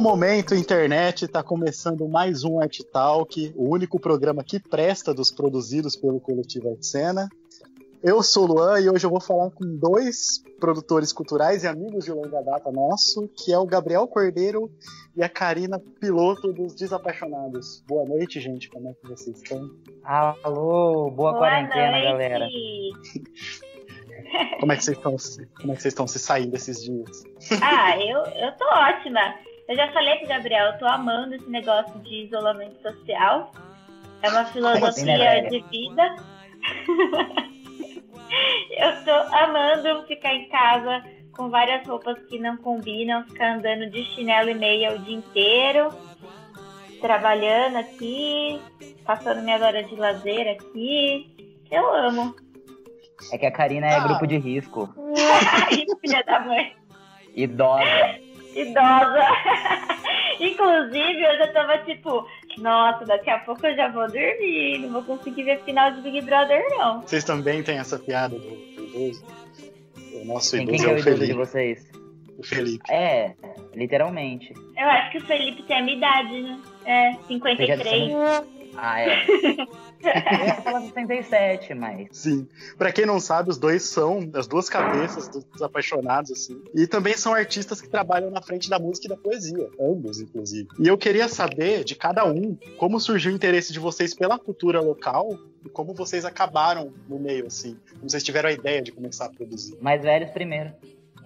momento, internet, está começando mais um Art Talk, o único programa que presta dos produzidos pelo Coletivo Arte Cena. Eu sou o Luan e hoje eu vou falar com dois produtores culturais e amigos de longa data nosso, que é o Gabriel Cordeiro e a Karina Piloto dos Desapaixonados. Boa noite, gente, como é que vocês estão? Alô, boa quarentena, noite, galera. Como é que vocês estão se saindo esses dias? Eu tô ótima. Eu já falei pro Gabriel, eu tô amando esse negócio de isolamento social. É uma filosofia de vida. Eu tô amando ficar em casa com várias roupas que não combinam, ficar andando de chinelo e meia o dia inteiro, trabalhando aqui, passando minhas horas de lazer aqui. Eu amo. É que a Karina é grupo de risco. Ai, filha da mãe. Idosa. Inclusive, eu já tava tipo, nossa, daqui a pouco eu já vou dormir, não vou conseguir ver final de Big Brother, não. Vocês também têm essa piada do idoso? O nosso Quem idoso é é o o idoso Felipe. de vocês? O Felipe. É, literalmente. Eu acho que o Felipe tem a minha idade, né? É, 53. Ah, é. Eu ia falar 67, mas... Sim. Pra quem não sabe, os dois são as duas cabeças dos Desapaixonados, assim. E também são artistas que trabalham na frente da música e da poesia. Ambos, inclusive. E eu queria saber, de cada um, como surgiu o interesse de vocês pela cultura local e como vocês acabaram no meio, assim. Como vocês tiveram a ideia de começar a produzir. Mais velhos primeiro.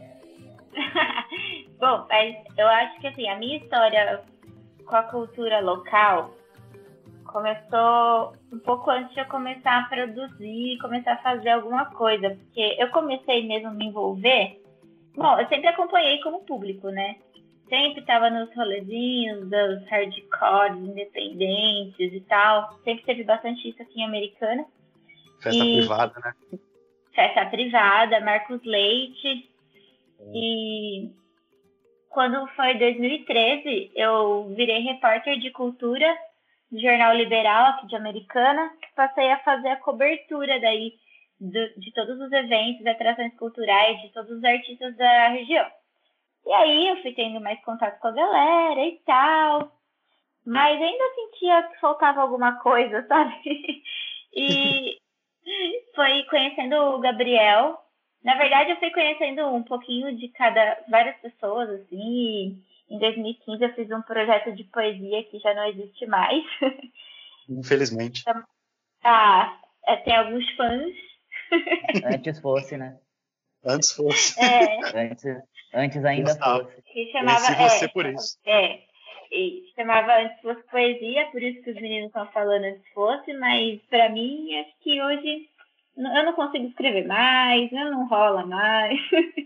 Bom, mas eu acho que assim, a minha história com a cultura local começou um pouco antes de eu começar a produzir, começar a fazer alguma coisa, porque eu comecei mesmo a me envolver. Bom, eu sempre acompanhei como público, né? Sempre estava nos rolezinhos dos hardcores independentes e tal. Sempre teve bastante isso aqui em Americana. Festa privada, né? Festa privada, Marcos Leite. E quando foi 2013, eu virei repórter de cultura do Jornal Liberal aqui de Americana, passei a fazer a cobertura daí de todos os eventos, atrações culturais, de todos os artistas da região. E aí eu fui tendo mais contato com a galera e tal, mas ainda sentia que faltava alguma coisa, sabe? E foi conhecendo o Gabriel. Na verdade, eu fui conhecendo um pouquinho de várias pessoas, assim. Em 2015 eu fiz um projeto de poesia que já não existe mais. Infelizmente. Tem alguns fãs. Antes fosse, né? Antes fosse. Antes ainda fosse. Que chamava, você por isso. E chamava Antes Fosse Poesia, por isso que os meninos estão falando Antes Fosse, mas pra mim, acho que hoje eu não consigo escrever mais, não rola mais.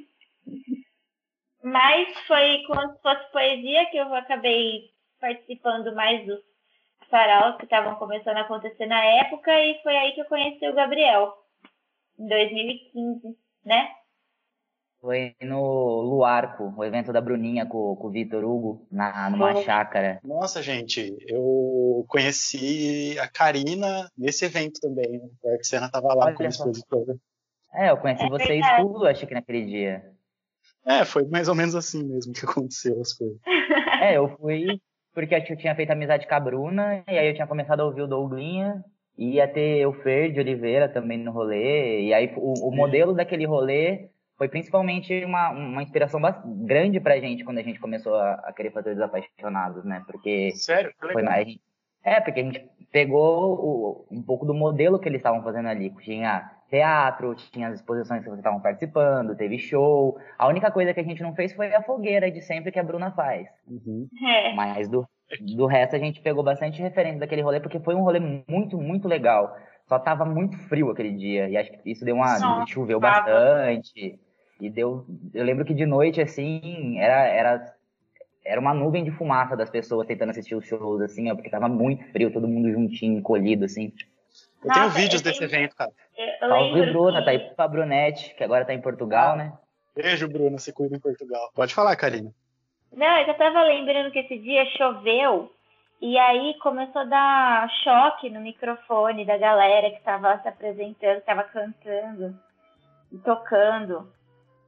Mas foi quando fosse poesia que eu acabei participando mais dos saraus que estavam começando a acontecer na época, e foi aí que eu conheci o Gabriel, em 2015, né? Foi no Luarco, o evento da Bruninha com o Vitor Hugo, numa chácara. Nossa, gente, eu conheci a Karina nesse evento também. A Arte Cena tava lá como expositora. Eu conheci vocês tudo, achei que naquele dia. Foi mais ou menos assim mesmo que aconteceu as coisas. Eu fui porque eu tinha feito amizade com a Bruna, e aí eu tinha começado a ouvir o Douglinha, e ia ter o Fer de Oliveira também no rolê, e aí o modelo daquele rolê foi principalmente uma inspiração grande pra gente quando a gente começou a querer fazer Desapaixonados, né? Porque... Sério? Que legal. Porque a gente pegou um pouco do modelo que eles estavam fazendo ali. Tinha teatro, tinha as exposições que vocês estavam participando, teve show. A única coisa que a gente não fez foi a fogueira de sempre que a Bruna faz. Uhum. Mas do resto a gente pegou bastante referência daquele rolê, porque foi um rolê muito, muito legal. Só tava muito frio aquele dia, e acho que isso deu choveu bastante. E eu lembro que de noite, assim, era uma nuvem de fumaça das pessoas tentando assistir os shows, assim, porque tava muito frio, todo mundo juntinho, encolhido, assim. Eu tenho vídeos desse evento, cara. Salve, Bruna, tá aí pra Brunete, que agora tá em Portugal, né? Beijo, Bruna, se cuida em Portugal. Pode falar, Karina. Não, eu já tava lembrando que esse dia choveu, e aí começou a dar choque no microfone da galera que tava se apresentando, que tava cantando e tocando.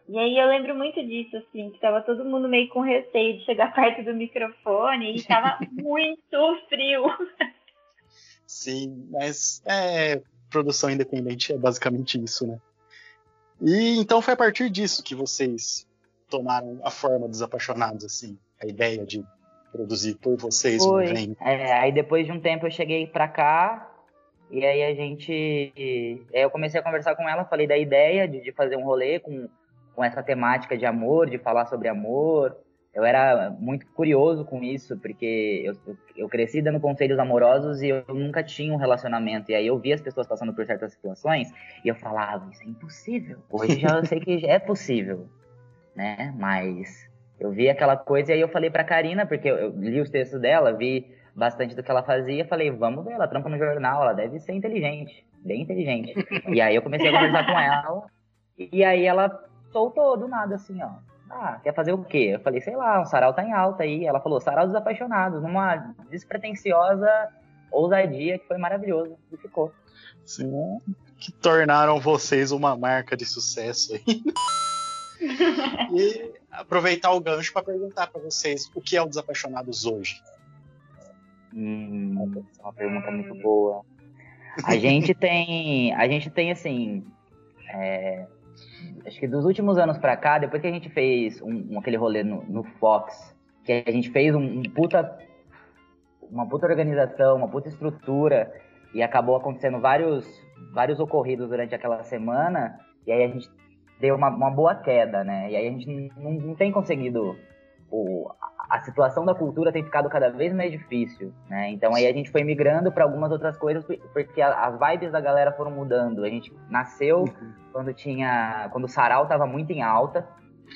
E aí eu lembro muito disso, assim, que tava todo mundo meio com receio de chegar perto do microfone e tava muito frio. Sim, mas produção independente é basicamente isso, né? E então foi a partir disso que vocês tomaram a forma dos Apaixonados, assim, a ideia de produzir por vocês um evento. Aí depois de um tempo eu cheguei pra cá e aí eu comecei a conversar com ela, falei da ideia de fazer um rolê com essa temática de amor, de falar sobre amor. Eu era muito curioso com isso, porque eu cresci dando conselhos amorosos e eu nunca tinha um relacionamento. E aí eu via as pessoas passando por certas situações e eu falava, isso é impossível. Hoje já eu sei que é possível, né? Mas eu vi aquela coisa e aí eu falei pra Karina, porque eu li os textos dela, vi bastante do que ela fazia, falei, vamos ver, ela trampa no jornal, ela deve ser inteligente, bem inteligente. E aí eu comecei a conversar com ela e aí ela soltou do nada, assim, ó. Quer fazer o quê? Eu falei, sei lá, um sarau tá em alta aí. Ela falou, sarau dos apaixonados, numa despretensiosa ousadia que foi maravilhoso. E ficou. Sim, que tornaram vocês uma marca de sucesso aí. E aproveitar o gancho para perguntar para vocês o que é o Desapaixonados hoje. Essa é uma pergunta muito boa. A gente tem assim... acho que dos últimos anos pra cá, depois que a gente fez aquele rolê no Fox, que a gente fez uma puta organização, uma puta estrutura, e acabou acontecendo vários ocorridos durante aquela semana, e aí a gente deu uma boa queda, né? E aí a gente não tem conseguido... A situação da cultura tem ficado cada vez mais difícil, né? Então aí a gente foi migrando para algumas outras coisas porque as vibes da galera foram mudando. A gente nasceu quando o sarau tava muito em alta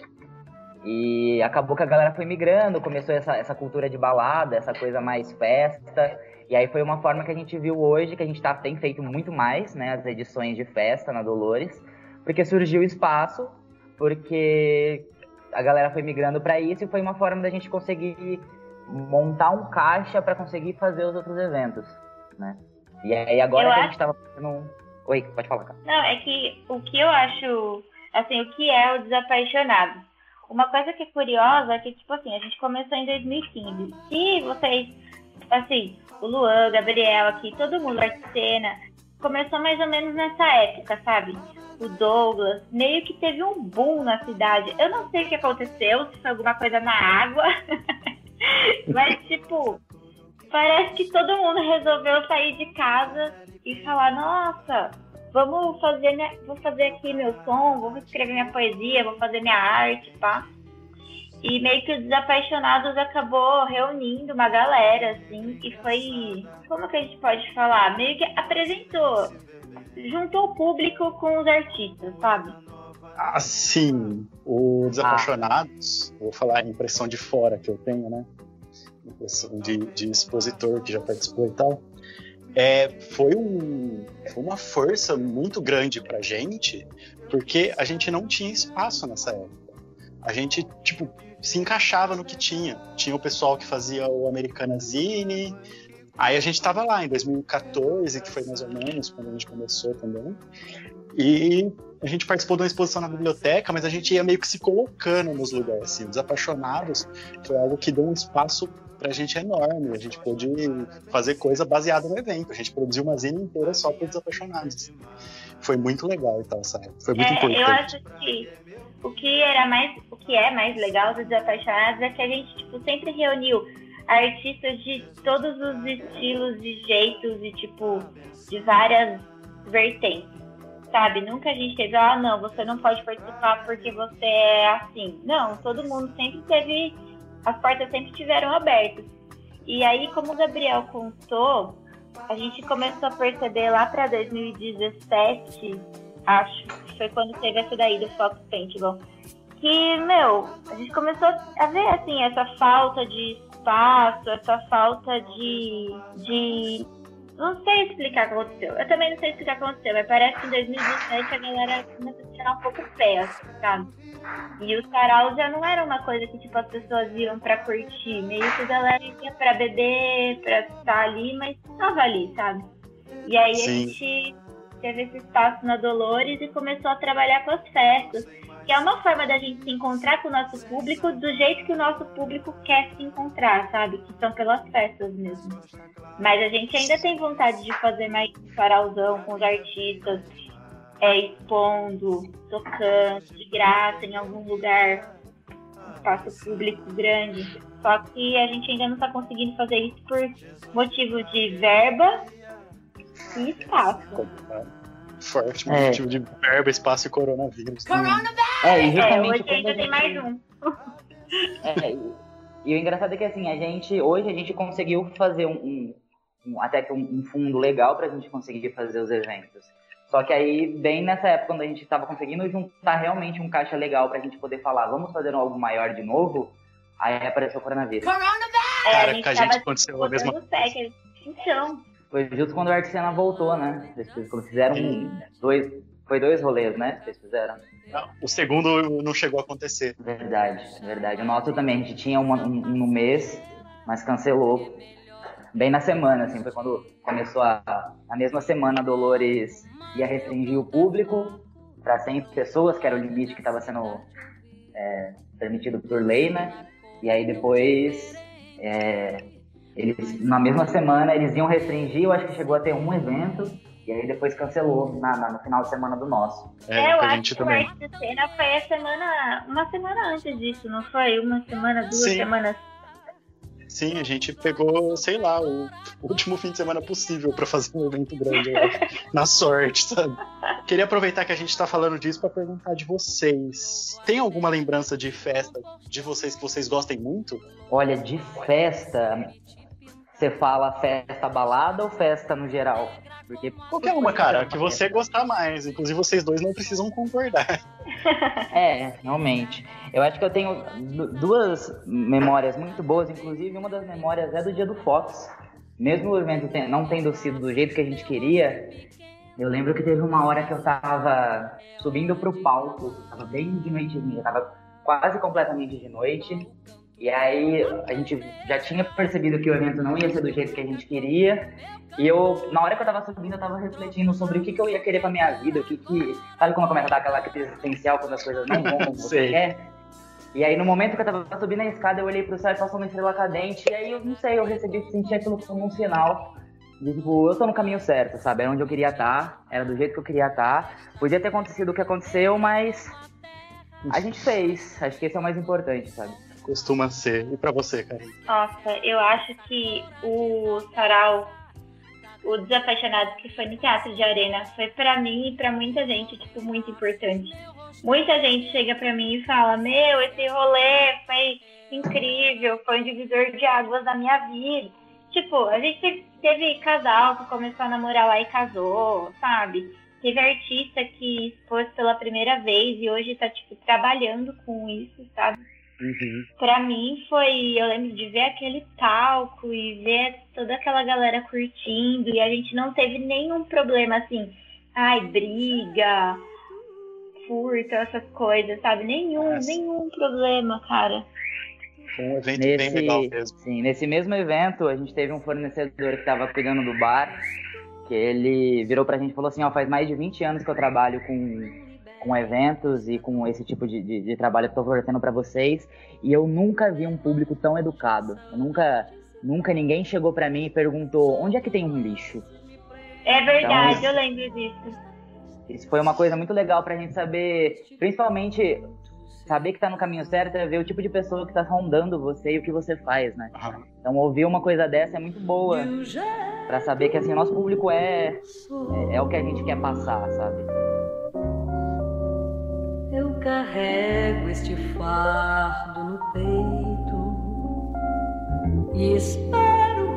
e acabou que a galera foi migrando, começou essa cultura de balada, essa coisa mais festa. E aí foi uma forma que a gente viu hoje, que a gente tem feito muito mais, né? As edições de festa na Dolores, porque surgiu espaço, porque... a galera foi migrando para isso e foi uma forma da gente conseguir montar um caixa para conseguir fazer os outros eventos, né? E aí agora que a gente tava fazendo Oi, pode falar, cara. Não, é que o que eu acho, assim, o que é o Desapaixonado? Uma coisa que é curiosa é que, tipo assim, a gente começou em 2015. E vocês, assim, o Luan, o Gabriel aqui, todo mundo, a cena, começou mais ou menos nessa época, sabe? O Douglas, meio que teve um boom na cidade. Eu não sei o que aconteceu, se foi alguma coisa na água. Mas, tipo, parece que todo mundo resolveu sair de casa e falar, nossa, vou fazer aqui meu som, vou escrever minha poesia, vou fazer minha arte, pá. E meio que os Desapaixonados acabou reunindo uma galera, assim, e foi, como que a gente pode falar? Meio que juntou o público com os artistas, sabe? Ah, sim. O Desapaixonados, vou falar a impressão de fora que eu tenho, né? Impressão de expositor que já participou e tal. Foi uma força muito grande pra gente, porque a gente não tinha espaço nessa época. A gente, tipo, se encaixava no que tinha. Tinha o pessoal que fazia o Americana Zine. Aí a gente tava lá em 2014, que foi mais ou menos quando a gente começou também. E a gente participou de uma exposição na biblioteca, mas a gente ia meio que se colocando nos lugares, assim. Desapaixonados foi algo que deu um espaço pra gente enorme. A gente pôde fazer coisa baseada no evento. A gente produziu uma zine inteira só para Desapaixonados. Assim. Foi muito legal e tal, sabe? Foi muito importante. Eu acho que o que é mais legal dos Desapaixonados é que a gente, tipo, sempre reuniu artistas de todos os estilos e jeitos e, tipo, de várias vertentes, sabe? Nunca a gente teve, não, você não pode participar porque você é assim. Não, todo mundo sempre teve, as portas sempre estiveram abertas. E aí, como o Gabriel contou, a gente começou a perceber lá para 2017, acho, que foi quando teve essa daí do Fox Festival, que, a gente começou a ver, assim, essa falta de espaço, essa falta de... Não sei explicar o que aconteceu. Eu também não sei explicar o que aconteceu, mas parece que em 2017 a galera começou a tirar um pouco o pé, assim, sabe? E o sarau já não era uma coisa que, tipo, as pessoas iam pra curtir. Meio que a galera ia pra beber, pra estar ali, mas tava ali, sabe? E aí Sim. A gente teve esse espaço na Dolores e começou a trabalhar com as festas. que é uma forma da gente se encontrar com o nosso público do jeito que o nosso público quer se encontrar, sabe? Que são pelas festas mesmo. Mas a gente ainda tem vontade de fazer mais sarauzão com os artistas, expondo, tocando, de graça, em algum lugar, um espaço público grande. Só que a gente ainda não está conseguindo fazer isso por motivo de verba e espaço. Forte motivo de verba, espaço e coronavírus. Hoje ainda tem mais um. E o engraçado é que assim, hoje a gente conseguiu fazer até que um fundo legal pra gente conseguir fazer os eventos. Só que aí, bem nessa época, quando a gente tava conseguindo juntar realmente um caixa legal pra gente poder falar, vamos fazer algo maior de novo, aí apareceu o coronavírus. Cara, com a gente aconteceu a mesma coisa. Então... Foi justo quando o Artesana voltou, né? Vocês fizeram foi 2 rolês, né? Vocês fizeram. Não, o segundo não chegou a acontecer. Verdade. O nosso também, a gente tinha um no mês, mas cancelou. Bem na semana, assim, foi quando começou a mesma semana a Dolores ia restringir o público para 100 pessoas, que era o limite que estava sendo permitido por lei, né? E aí depois... Eles, na mesma semana, eles iam restringir, eu acho que chegou a ter um evento, e aí depois cancelou no final de semana do nosso. Eu acho que o Arte de Cena foi uma semana antes disso, não foi? Uma semana, 2 semanas? Sim, a gente pegou, sei lá, o último fim de semana possível pra fazer um evento grande, na sorte, sabe? Queria aproveitar que a gente tá falando disso pra perguntar de vocês. Tem alguma lembrança de festa de vocês que vocês gostem muito? Olha, de festa... Você fala festa balada ou festa no geral? Porque qualquer uma, cara, que você gostar mais. Inclusive, vocês dois não precisam concordar. Realmente. Eu acho que eu tenho 2 memórias muito boas. Inclusive, uma das memórias é do dia do Fox. Mesmo o evento não tendo sido do jeito que a gente queria, eu lembro que teve uma hora que eu tava subindo pro palco. Tava bem de noitezinha, tava quase completamente de noite. E aí a gente já tinha percebido que o evento não ia ser do jeito que a gente queria. E na hora que eu tava subindo, eu tava refletindo sobre o que eu ia querer pra minha vida, sabe quando começa a dar aquela crise existencial quando as coisas não vão como você quer? E aí no momento que eu tava subindo a escada, eu olhei pro céu e passou uma estrela cadente. E aí eu não sei, eu senti aquilo como um sinal de tipo, eu tô no caminho certo, sabe? Era onde eu queria estar, era do jeito que eu queria estar. Podia ter acontecido o que aconteceu, mas a gente fez. Acho que esse é o mais importante, sabe? Costuma ser. E pra você, Karine? Nossa, eu acho que o sarau, o Desapaixonados, que foi no Teatro de Arena, foi pra mim e pra muita gente, tipo, muito importante. Muita gente chega pra mim e fala, esse rolê foi incrível, foi um divisor de águas da minha vida. Tipo, a gente teve casal que começou a namorar lá e casou, sabe? Teve artista que expôs pela primeira vez e hoje tá, tipo, trabalhando com isso, sabe? Uhum. Pra mim eu lembro de ver aquele palco e ver toda aquela galera curtindo e a gente não teve nenhum problema assim, briga, furto, essas coisas, sabe? Nenhum problema, cara. Foi um evento bem legal mesmo. Sim, nesse mesmo evento a gente teve um fornecedor que tava cuidando do bar, que ele virou pra gente e falou assim, faz mais de 20 anos que eu trabalho com eventos e com esse tipo de trabalho que eu tô oferecendo pra vocês, e eu nunca vi um público tão educado. Nunca ninguém chegou pra mim e perguntou, onde é que tem um lixo? É verdade, então, eu lembro disso. Isso foi uma coisa muito legal pra gente saber, principalmente saber que tá no caminho certo, é ver o tipo de pessoa que tá rondando você e o que você faz, né? Uhum. Então ouvir uma coisa dessa é muito boa, pra saber que assim, o nosso público é o que a gente quer passar, sabe? Eu carrego este fardo no peito e espero o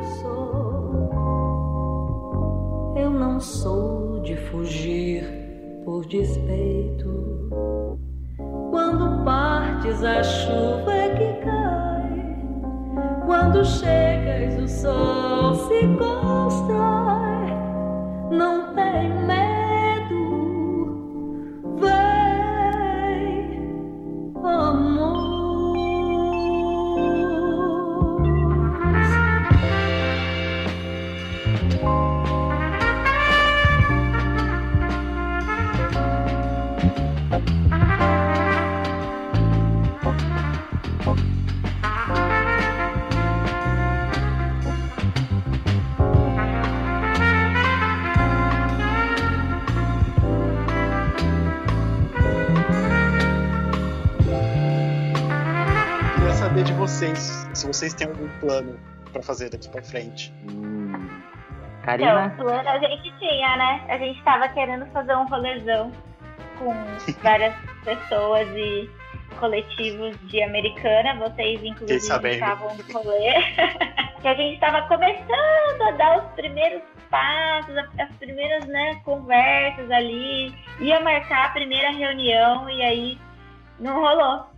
sol. Eu não sou de fugir por despeito. Quando partes a chuva é que cai. Quando chegas o sol se constrói. Não tem medo, vem, amor. vocês, se vocês têm algum plano pra fazer daqui pra frente. Karina? Então, plano a gente tinha, né? A gente tava querendo fazer um rolezão com várias pessoas e coletivos de Americana. Vocês, inclusive, estavam no rolê. Que a gente tava começando a dar os primeiros passos, as primeiras, né, conversas ali. Ia marcar a primeira reunião e aí não rolou.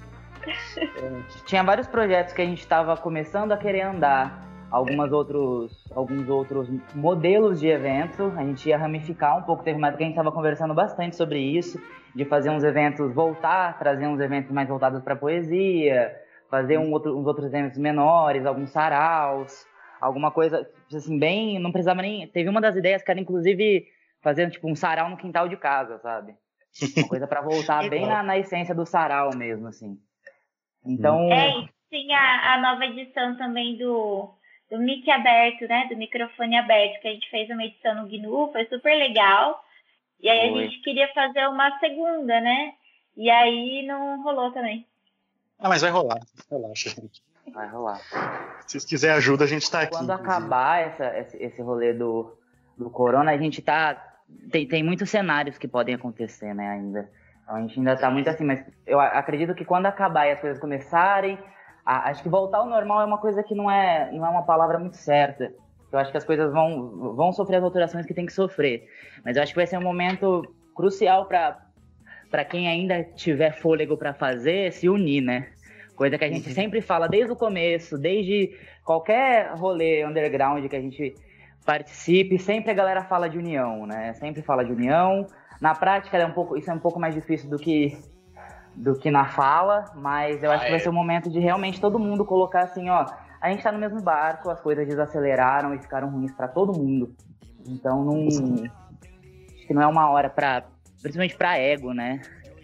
Tinha vários projetos que a gente estava começando a querer andar. Alguns outros modelos de evento, a gente ia ramificar um pouco. Teve uma época que a gente estava conversando bastante sobre isso, de fazer uns eventos trazer uns eventos mais voltados para poesia, fazer uns outros eventos menores, alguns saraus, alguma coisa assim, bem, não precisava nem... Teve uma das ideias que era, inclusive, fazer tipo um sarau no quintal de casa, sabe? Uma coisa para voltar bem na essência do sarau mesmo, assim. Então... E tinha a nova edição também do mic aberto, né? Do microfone aberto, que a gente fez uma edição no GNU, foi super legal. E aí a gente queria fazer uma segunda, né? E aí não rolou também. Mas vai rolar. Relaxa, gente. Vai rolar. Se vocês quiserem ajuda, a gente tá aqui. Quando acabar esse rolê do corona, a gente tá... Tem muitos cenários que podem acontecer, né, ainda. Então, a gente ainda tá muito assim, mas eu acredito que quando acabar e as coisas começarem... Acho que voltar ao normal é uma coisa que não é uma palavra muito certa. Eu acho que as coisas vão sofrer as alterações que tem que sofrer. Mas eu acho que vai ser um momento crucial para quem ainda tiver fôlego para fazer, se unir, né? Coisa que a gente sempre fala desde o começo, desde qualquer rolê underground que a gente participe, sempre a galera fala de união, né? Sempre fala de união. Na prática, isso é um pouco mais difícil do que na fala, mas eu acho que vai ser o momento de realmente todo mundo colocar assim, ó, a gente tá no mesmo barco, as coisas desaceleraram e ficaram ruins pra todo mundo. Então acho que não é uma hora principalmente pra ego, né?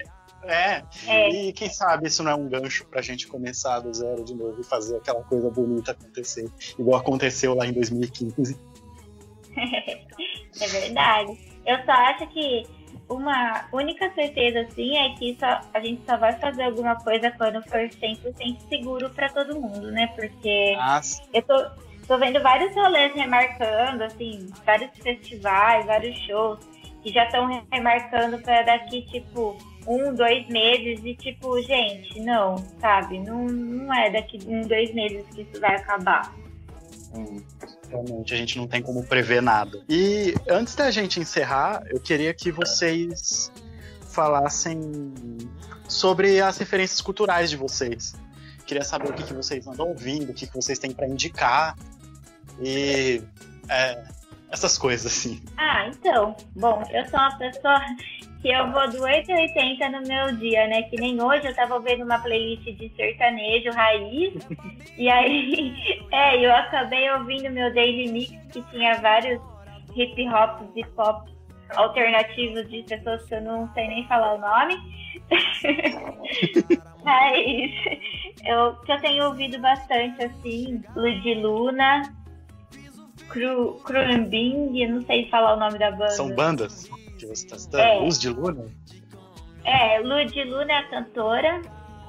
E quem sabe isso não é um gancho pra gente começar do zero de novo e fazer aquela coisa bonita acontecer, igual aconteceu lá em 2015. É verdade. Eu só acho que uma única certeza, assim, é que a gente só vai fazer alguma coisa quando for 100% seguro pra todo mundo, né? Porque eu tô vendo vários rolês remarcando, assim, vários festivais, vários shows, que já estão remarcando pra daqui, tipo, 1-2 meses e, tipo, gente, não, sabe? Não é daqui 1-2 meses que isso vai acabar. Realmente, a gente não tem como prever nada. E antes da gente encerrar, eu queria que vocês falassem sobre as referências culturais de vocês. Queria saber o que vocês andam ouvindo, o que vocês têm para indicar e essas coisas assim. Então, bom, eu sou uma pessoa que eu vou do 880 no meu dia, né? Que nem hoje eu tava ouvindo uma playlist de sertanejo raiz. E aí, eu acabei ouvindo meu Daily Mix, que tinha vários hip hops e pop alternativos de pessoas que eu não sei nem falar o nome. Mas que eu tenho ouvido bastante, assim, Lud Luna, Crumbing, eu não sei falar o nome da banda. São bandas? Que você tá citando? Luz de Luna? Lud Luna é a cantora.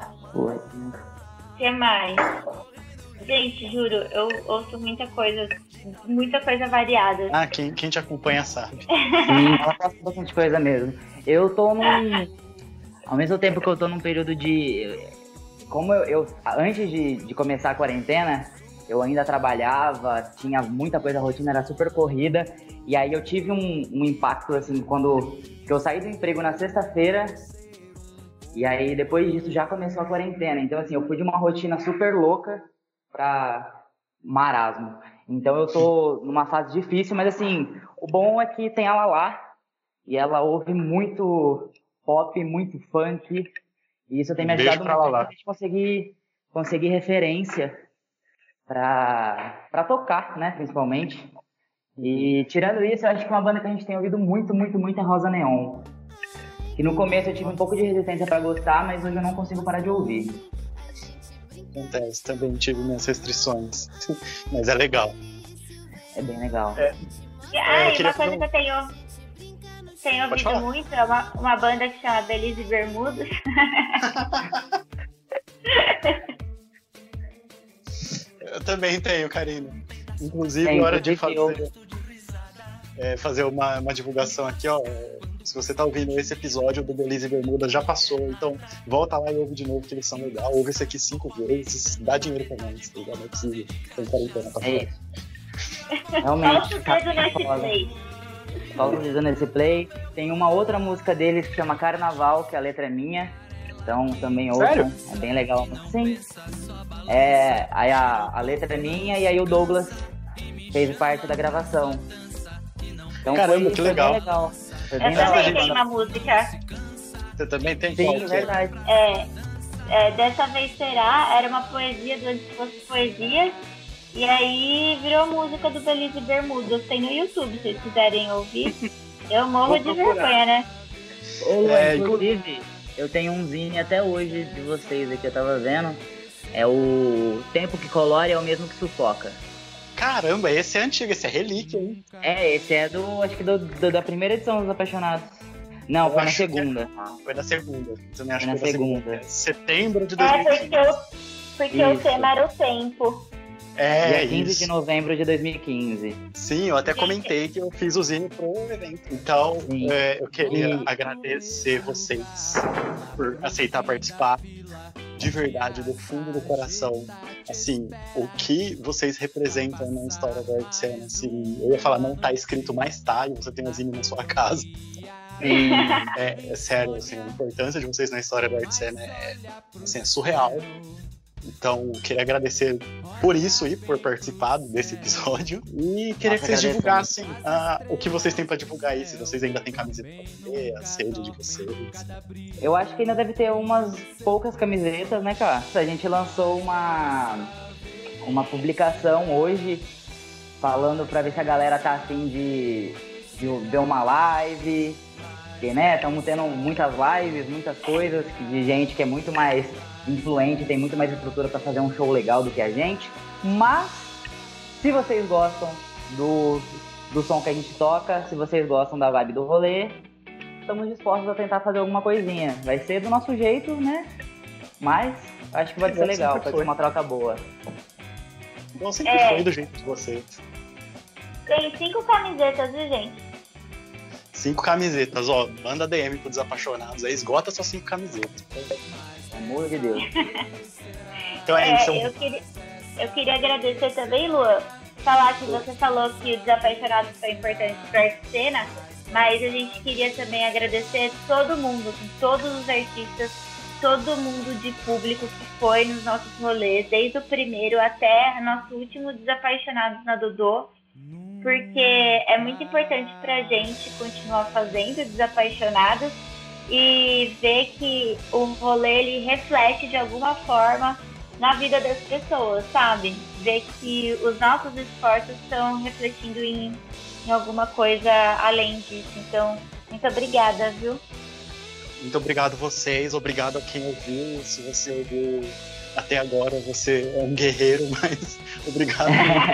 O que mais? Gente, juro, eu ouço muita coisa variada. Quem te acompanha sabe. Sim, ela faz bastante coisa mesmo. Eu tô ao mesmo tempo que eu tô num período de... Como eu antes de começar a quarentena, eu ainda trabalhava, tinha muita coisa, a rotina era super corrida. E aí eu tive um impacto, assim, quando eu saí do emprego na sexta-feira. E aí depois disso já começou a quarentena. Então, assim, eu fui de uma rotina super louca pra marasmo. Então eu tô numa fase difícil, mas assim, o bom é que tem ela lá. E ela ouve muito pop, muito funk. E isso tem me ajudado muito a gente conseguir referência pra tocar, né, principalmente. E tirando isso, eu acho que uma banda que a gente tem ouvido muito, muito, muito é Rosa Neon. Que no começo eu tive um pouco de resistência pra gostar, mas hoje eu não consigo parar de ouvir. Acontece, também tive minhas restrições. Mas é legal. É bem legal. E uma coisa que eu tenho ouvido muito é uma banda que chama Belize Bermudas. também tenho, Karina. Inclusive, hora de fazer uma divulgação aqui, ó. Se você tá ouvindo esse episódio do Belize e Bermuda, já passou. Então, volta lá e ouve de novo, que eles são legais. Ouve esse aqui 5 vezes, dá dinheiro pra nós, tá ligado? Não é possível. Tem quarentena pra fora. Realmente. Solta o dedo nesse play. Solta o dedo nesse play. Tem uma outra música deles que chama Carnaval, que a letra é minha. Então, também ouçam. Sério? É bem legal. Sim. Aí a letra é minha e aí o Douglas fez parte da gravação. Então, caramba, que legal. Bem legal. Eu também tenho uma música. Você também tem? Sim, verdade. Dessa vez será, era uma poesia do Antes que Fosse Poesia, e aí virou música do Belize Bermudas. Tem no YouTube, se vocês quiserem ouvir. Eu morro de vergonha, né? Inclusive, eu tenho um zine até hoje de vocês aqui, eu tava vendo. É o Tempo que Colore é o mesmo que sufoca. Caramba, esse é antigo, esse é relíquia, hein? Esse é acho que da primeira edição dos Apaixonados. Não, foi na segunda. Foi na segunda. Eu também acho que foi na segunda. Setembro de 2015. Porque o tema era o tempo. Dia 15 de novembro de 2015. Sim, eu até comentei que eu fiz o zine pro evento. Então, eu queria agradecer vocês por aceitar participar. De verdade, do fundo do coração, assim, o que vocês representam na história da Artcena, assim, eu ia falar, não tá escrito, mas tá, e você tem a zine na sua casa. É sério, assim, a importância de vocês na história da Artcena é surreal. Então, queria agradecer por isso e por participar desse episódio. E queria que vocês divulgassem o que vocês têm pra divulgar aí, se vocês ainda têm camiseta pra vender, a sede de vocês. Eu acho que ainda deve ter umas poucas camisetas, né, cara? A gente lançou uma publicação hoje falando pra ver se a galera tá afim de ver uma live. Porque, né, estamos tendo muitas lives, muitas coisas de gente que é muito mais influente, tem muito mais estrutura para fazer um show legal do que a gente. Mas, se vocês gostam do som que a gente toca, se vocês gostam da vibe do rolê, estamos dispostos a tentar fazer alguma coisinha. Vai ser do nosso jeito, né? Mas acho que vai ser legal, vai ser uma troca boa. Bom, sempre foi do jeito de vocês. Tem 5 camisetas, viu, gente? 5 camisetas, ó. Manda DM pro Desapaixonados aí, esgota suas 5 camisetas. Pelo amor de Deus. Então é isso. Eu queria agradecer também, Luan, falar que você falou que o Desapaixonados foi importante para a Artcena, mas a gente queria também agradecer todo mundo, todos os artistas, todo mundo de público que foi nos nossos rolês, desde o primeiro até nosso último Desapaixonados na Dodô, porque é muito importante pra gente continuar fazendo Desapaixonados e ver que o rolê ele reflete de alguma forma na vida das pessoas, sabe? Ver que os nossos esforços estão refletindo em alguma coisa além disso. Então, muito obrigada, viu? Muito obrigado a vocês, obrigado a quem ouviu. Se você ouviu até agora, você é um guerreiro, mas obrigado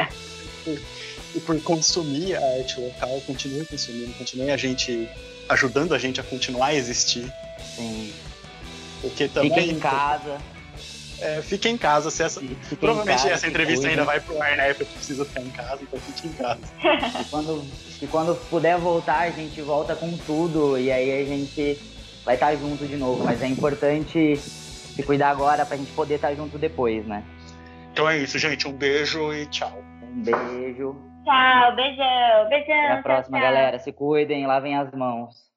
por consumir a arte local. Continue consumindo, continue ajudando a gente a continuar a existir. Sim. Porque também fiquem em casa. Fiquem em casa. Provavelmente essa entrevista ainda vai pro ar, né? Porque precisa ficar em casa, então fique em casa. E quando puder voltar, a gente volta com tudo. E aí a gente vai estar junto de novo. Mas é importante se cuidar agora pra gente poder estar junto depois, né? Então é isso, gente. Um beijo e tchau. Um beijo. Tchau, beijão. Até a próxima, tchau. galera. Se cuidem, lavem as mãos.